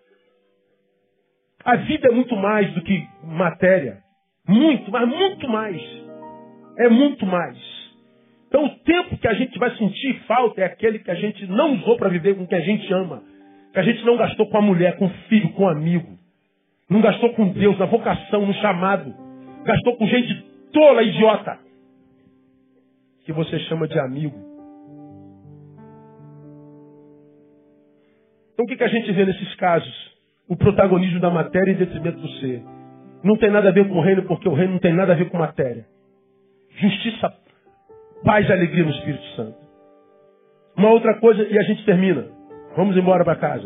A vida é muito mais do que matéria. Muito, mas muito mais. É muito mais. Então o tempo que a gente vai sentir falta é aquele que a gente não usou para viver com quem a gente ama. Que a gente não gastou com a mulher, com o filho, com o amigo. Não gastou com Deus, na vocação, no chamado. Gastou com gente tola, idiota. Que você chama de amigo. Então o que, que a gente vê nesses casos? O protagonismo da matéria em detrimento do ser. Não tem nada a ver com o reino, porque o reino não tem nada a ver com matéria. Justiça, paz e alegria no Espírito Santo. Uma outra coisa, e a gente termina. Vamos embora para casa.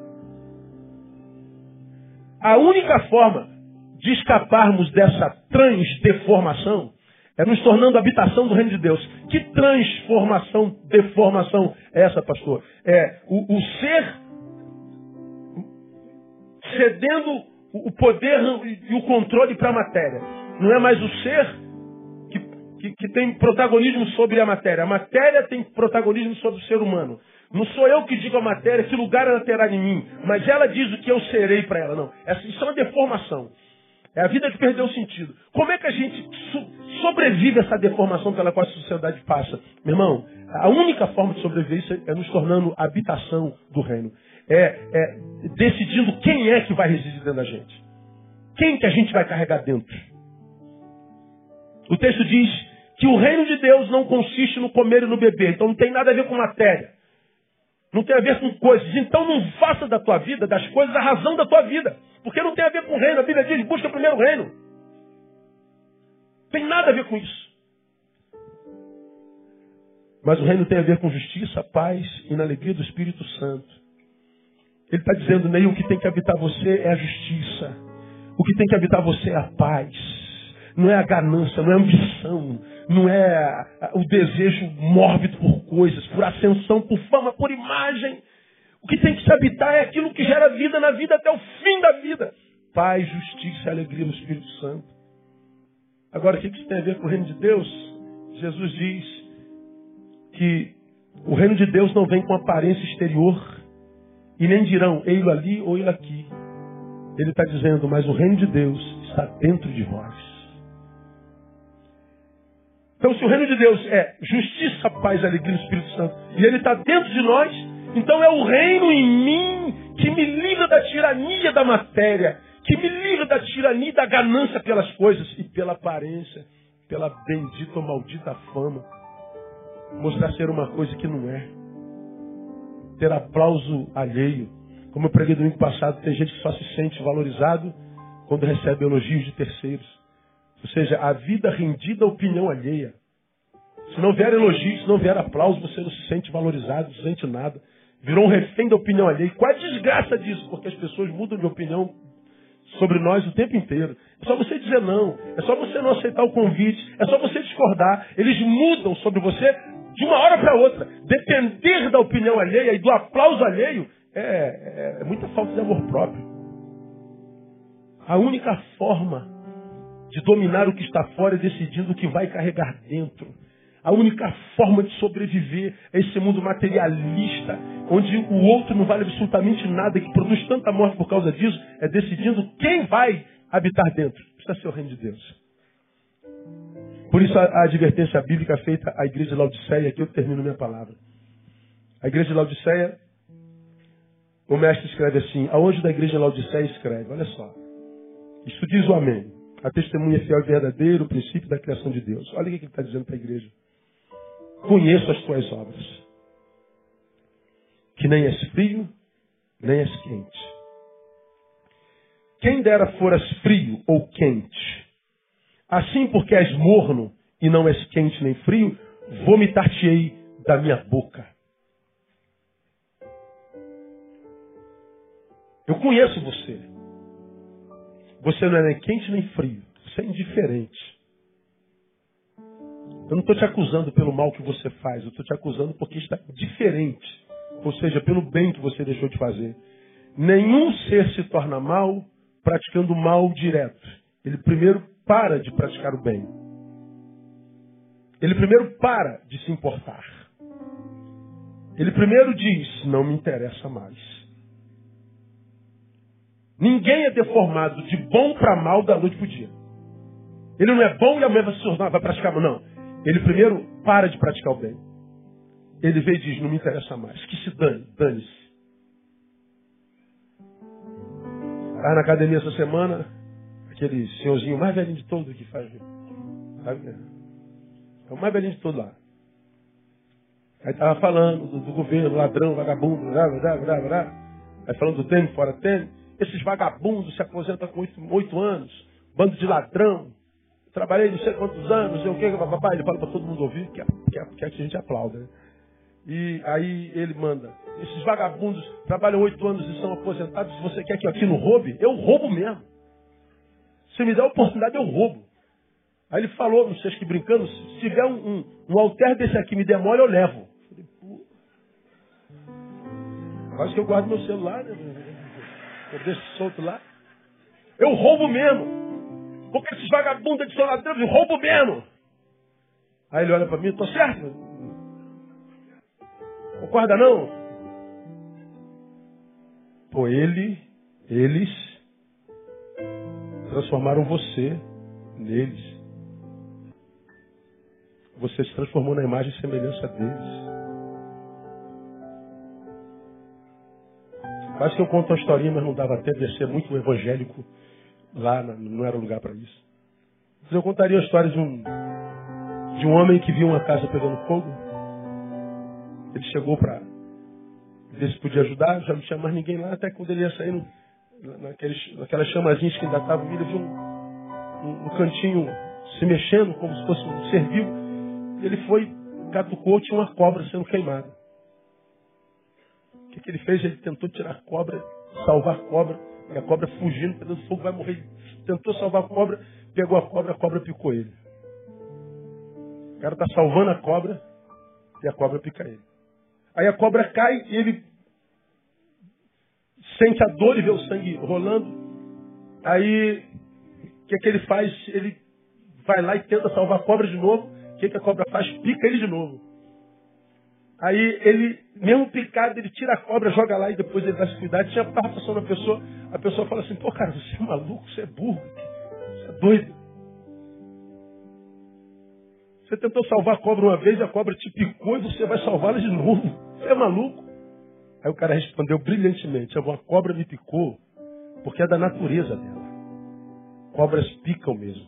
A única forma de escaparmos dessa transdeformação é nos tornando habitação do reino de Deus. Que transformação, deformação é essa, pastor? É o, o ser cedendo o poder e o controle para a matéria. Não é mais o ser que, que, que tem protagonismo sobre a matéria. A matéria tem protagonismo sobre o ser humano. Não sou eu que digo a matéria que lugar ela terá em mim, mas ela diz o que eu serei para ela. Não, isso é uma deformação. É a vida que perdeu o sentido. Como é que a gente so- sobrevive a essa deformação pela qual a sociedade passa? Meu irmão, a única forma de sobreviver isso é nos tornando habitação do reino. É, é decidindo quem é que vai residir dentro da gente. Quem que a gente vai carregar dentro. O texto diz que o reino de Deus não consiste no comer e no beber. Então não tem nada a ver com matéria. Não tem a ver com coisas. Então não faça da tua vida, das coisas, a razão da tua vida. Porque não tem a ver com o reino. A Bíblia diz, busca primeiro o reino. Não tem nada a ver com isso. Mas o reino tem a ver com justiça, paz e na alegria do Espírito Santo. Ele está dizendo, Ney, o que tem que habitar você é a justiça. O que tem que habitar você é a paz. Não é a ganância, não é a ambição. Não é o desejo mórbido por coisas, por ascensão, por fama, por imagem. O que tem que se habitar é aquilo que gera vida na vida até o fim da vida. Paz, justiça e alegria no Espírito Santo. Agora, o que isso tem a ver com o reino de Deus? Jesus diz que o reino de Deus não vem com aparência exterior e nem dirão, ei-lo ali ou ele aqui. Ele está dizendo, mas o reino de Deus está dentro de vós. Então, se o reino de Deus é justiça, paz, alegria no Espírito Santo, e ele está dentro de nós, então é o reino em mim que me livra da tirania da matéria, que me livra da tirania e da ganância pelas coisas e pela aparência, pela bendita ou maldita fama. Mostrar ser uma coisa que não é. Ter aplauso alheio. Como eu preguei domingo passado, tem gente que só se sente valorizado quando recebe elogios de terceiros. Ou seja, a vida rendida à opinião alheia. Se não vier elogio, se não vier aplauso, você não se sente valorizado, não se sente nada. Virou um refém da opinião alheia. Qual é a desgraça disso? Porque as pessoas mudam de opinião sobre nós o tempo inteiro. É só você dizer não. É só você não aceitar o convite. É só você discordar. Eles mudam sobre você de uma hora para outra. Depender da opinião alheia e do aplauso alheio é, é, é muita falta de amor próprio. A única forma de dominar o que está fora é decidindo o que vai carregar dentro. A única forma de sobreviver é esse mundo materialista, onde o outro não vale absolutamente nada, que produz tanta morte por causa disso, é decidindo quem vai habitar dentro. Precisa ser o reino de Deus. Por isso a, a advertência bíblica feita à igreja de Laodiceia, aqui eu termino minha palavra. A igreja de Laodiceia, o mestre escreve assim, a anjo da igreja de Laodiceia escreve, olha só, isso diz o amém. A testemunha fiel e verdadeira, o princípio da criação de Deus. Olha o que ele está dizendo para a igreja. Conheço as tuas obras. Que nem és frio, nem és quente. Quem dera foras frio ou quente. Assim porque és morno e não és quente nem frio, vomitar-te-ei da minha boca. Eu conheço você. Você não é nem quente nem frio. Você é indiferente. Eu não estou te acusando pelo mal que você faz. Eu estou te acusando porque está diferente. Ou seja, pelo bem que você deixou de fazer. Nenhum ser se torna mal praticando mal direto. Ele primeiro para de praticar o bem. Ele primeiro para de se importar. Ele primeiro diz, não me interessa mais. Ninguém é deformado de bom para mal da noite para o dia. Ele não é bom e amanhã vai se tornar, vai praticar mal. Não. Ele primeiro para de praticar o bem. Ele vem e diz, não me interessa mais. Que se dane, dane-se. Estava na academia essa semana, aquele senhorzinho mais velhinho de todo que faz. Sabe? É o mais velhinho de todo lá. Aí estava falando do, do governo, ladrão, vagabundo, blá, blá, blá, blá. Aí falando do tênis, fora tênis. Esses vagabundos se aposentam com oito anos, bando de ladrão. Trabalhei não sei quantos anos, eu o que, papai. Ele fala para todo mundo ouvir, que quer que a gente aplauda. Né? E aí ele manda, esses vagabundos trabalham oito anos e são aposentados, se você quer que eu aqui não roube, eu roubo mesmo. Se me der a oportunidade, eu roubo. Aí ele falou, não sei, acho que brincando, se tiver um, um, um alter desse aqui me demora, eu levo. Falei, pô. Quase que eu guardo meu celular, né? Eu deixo solto lá. Eu roubo mesmo. Porque esses vagabundos de ladrão, eu roubo mesmo. Aí ele olha para mim, tô certo? Concorda não? Pô, ele, eles transformaram você neles. Você se transformou na imagem e semelhança deles. Quase que eu conto uma historinha, mas não dava tempo de ser muito evangélico. Lá não era lugar para isso. Mas eu contaria a história de um de um homem que viu uma casa pegando fogo. Ele chegou para ver se podia ajudar, já não tinha mais ninguém lá, até quando ele ia sair naqueles, naquelas chamazinhas que ainda estavam, ele viu um, um, um cantinho se mexendo, como se fosse um ser vivo. Ele foi, catucou, tinha uma cobra sendo queimada. O que, que ele fez? Ele tentou tirar a cobra, salvar a cobra, e a cobra fugindo, pegando fogo, vai morrer. Ele tentou salvar a cobra, pegou a cobra, a cobra picou ele. O cara está salvando a cobra e a cobra pica ele. Aí a cobra cai e ele sente a dor e vê o sangue rolando. Aí o que, que ele faz? Ele vai lá e tenta salvar a cobra de novo. O que, que a cobra faz? Pica ele de novo. Aí ele, mesmo picado, ele tira a cobra, joga lá e depois ele dá se cuidar. Tinha estava passando a pessoa, a pessoa fala assim, pô cara, você é maluco, você é burro, você é doido. Você tentou salvar a cobra uma vez, a cobra te picou e você vai salvá-la de novo. Você é maluco? Aí o cara respondeu brilhantemente, a cobra me picou porque é da natureza dela. Cobras picam mesmo.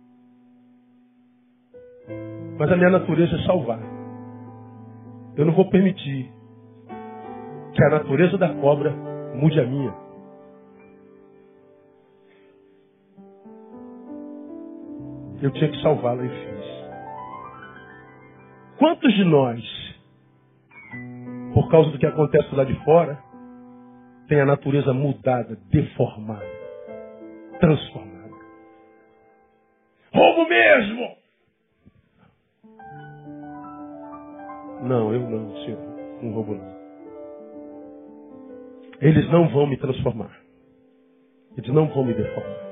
Mas a minha natureza é salvar. Eu não vou permitir que a natureza da cobra mude a minha. Eu tinha que salvá-la e fiz. Quantos de nós, por causa do que acontece lá de fora, tem a natureza mudada, deformada, transformada? Roubo mesmo! Não, eu não, senhor. Não roubo não. Eles não vão me transformar. Eles não vão me deformar.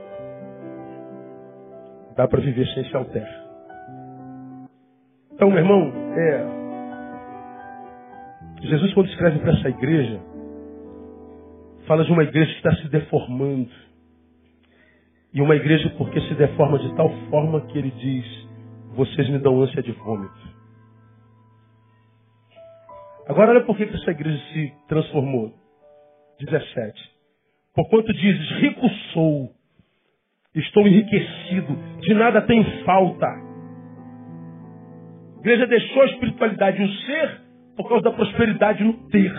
Dá para viver sem se alterar. Então, meu irmão, é... Jesus, quando escreve para essa igreja, fala de uma igreja que está se deformando. E uma igreja porque se deforma de tal forma que ele diz, vocês me dão ânsia de vômito. Agora olha por que essa igreja se transformou. dezessete. Porquanto dizes, rico sou, estou enriquecido, de nada tem falta. A igreja deixou a espiritualidade no ser por causa da prosperidade no ter.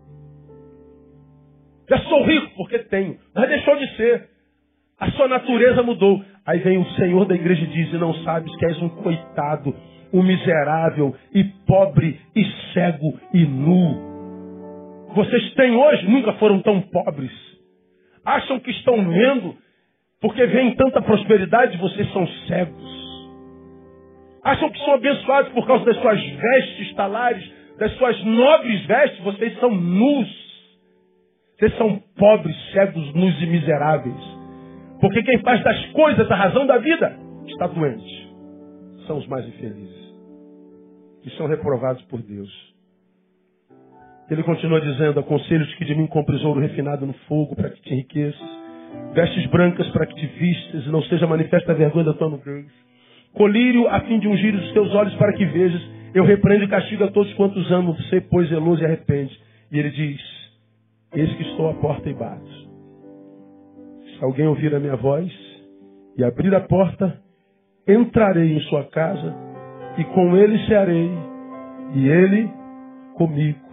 Já sou rico porque tenho, mas deixou de ser. A sua natureza mudou. Aí vem o Senhor da igreja e diz, e não sabes que és um coitado, um miserável e pobre e cego e nu. Vocês têm hoje, nunca foram tão pobres. Acham que estão vendo porque vem tanta prosperidade, vocês são cegos. Acham que são abençoados por causa das suas vestes talares, das suas nobres vestes, vocês são nus. Vocês são pobres, cegos, nus e miseráveis. Porque quem faz das coisas a razão da vida está doente. São os mais infelizes. E são reprovados por Deus. Ele continua dizendo, aconselho-te que de mim compres ouro refinado no fogo para que te enriqueças, vestes brancas para que te vistas e não seja manifesta a vergonha da tua nudez. Colírio a fim de ungir os teus olhos para que vejas. Eu repreendo e castigo a todos quantos amam. Você, pois, zeloso e arrepende. E ele diz, eis que estou à porta e bato. Se alguém ouvir a minha voz e abrir a porta, entrarei em sua casa e com ele cearei e ele comigo.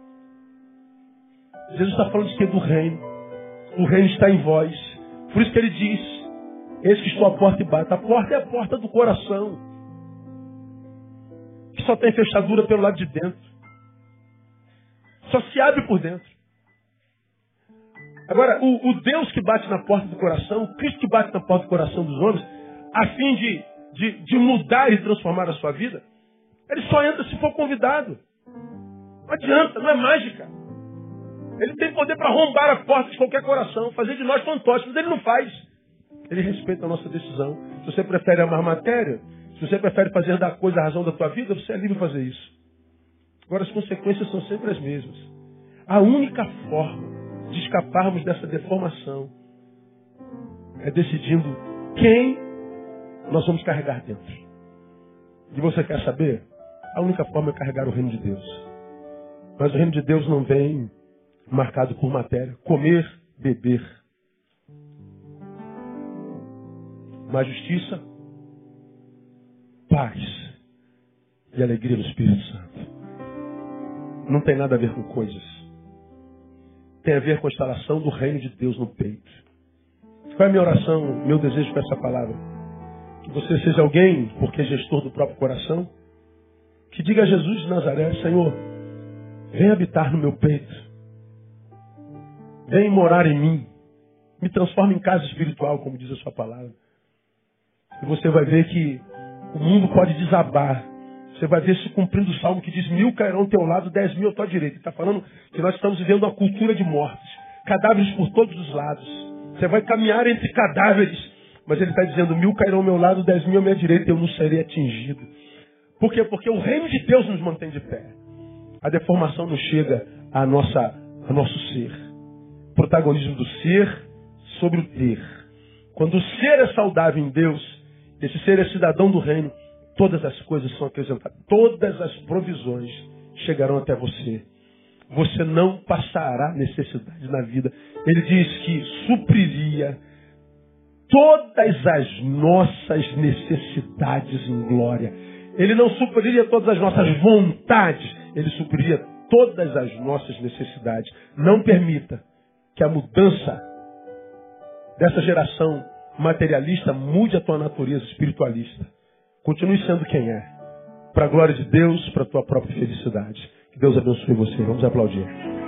Jesus está falando de que? Do reino. O reino está em vós. Por isso que ele diz, eis que estou à porta e bato. A porta é a porta do coração, que só tem fechadura pelo lado de dentro. Só se abre por dentro. Agora, o, o Deus que bate na porta do coração, o Cristo que bate na porta do coração dos homens, a fim de, de, de mudar e transformar a sua vida, ele só entra se for convidado. Não adianta, não é mágica. Ele tem poder para arrombar a porta de qualquer coração, fazer de nós fantoches, mas ele não faz. Ele respeita a nossa decisão. Se você prefere amar matéria, se você prefere fazer da coisa a razão da tua vida, você é livre de fazer isso. Agora as consequências são sempre as mesmas. A única forma de escaparmos dessa deformação é decidindo quem nós vamos carregar dentro. E você quer saber? A única forma é carregar o reino de Deus. Mas o reino de Deus não vem marcado por matéria. Comer, beber. Mas justiça, paz e alegria no Espírito Santo. Não tem nada a ver com coisas. Tem a ver com a instalação do reino de Deus no peito. Qual é a minha oração, meu desejo com essa palavra? Que você seja alguém, porque é gestor do próprio coração, que diga a Jesus de Nazaré: Senhor, vem habitar no meu peito. Vem morar em mim. Me transforma em casa espiritual, como diz a sua palavra. E você vai ver que o mundo pode desabar. Você vai ver se cumprindo o salmo que diz: mil cairão ao teu lado, dez mil à tua direita. Ele está falando que nós estamos vivendo uma cultura de mortes. Cadáveres por todos os lados. Você vai caminhar entre cadáveres. Mas ele está dizendo: mil cairão ao meu lado, dez mil à minha direita, eu não serei atingido. Por quê? Porque o reino de Deus nos mantém de pé. A deformação não chega a nossa, a nosso ser. Protagonismo do ser sobre o ter. Quando o ser é saudável em Deus, esse ser é cidadão do reino, todas as coisas são acrescentadas. Todas as provisões chegarão até você. Você não passará necessidade na vida. Ele diz que supriria todas as nossas necessidades em glória. Ele não supriria todas as nossas vontades. Ele supriria todas as nossas necessidades. Não permita que a mudança dessa geração materialista mude a tua natureza espiritualista. Continue sendo quem é. Para a glória de Deus, para a tua própria felicidade. Que Deus abençoe você. Vamos aplaudir.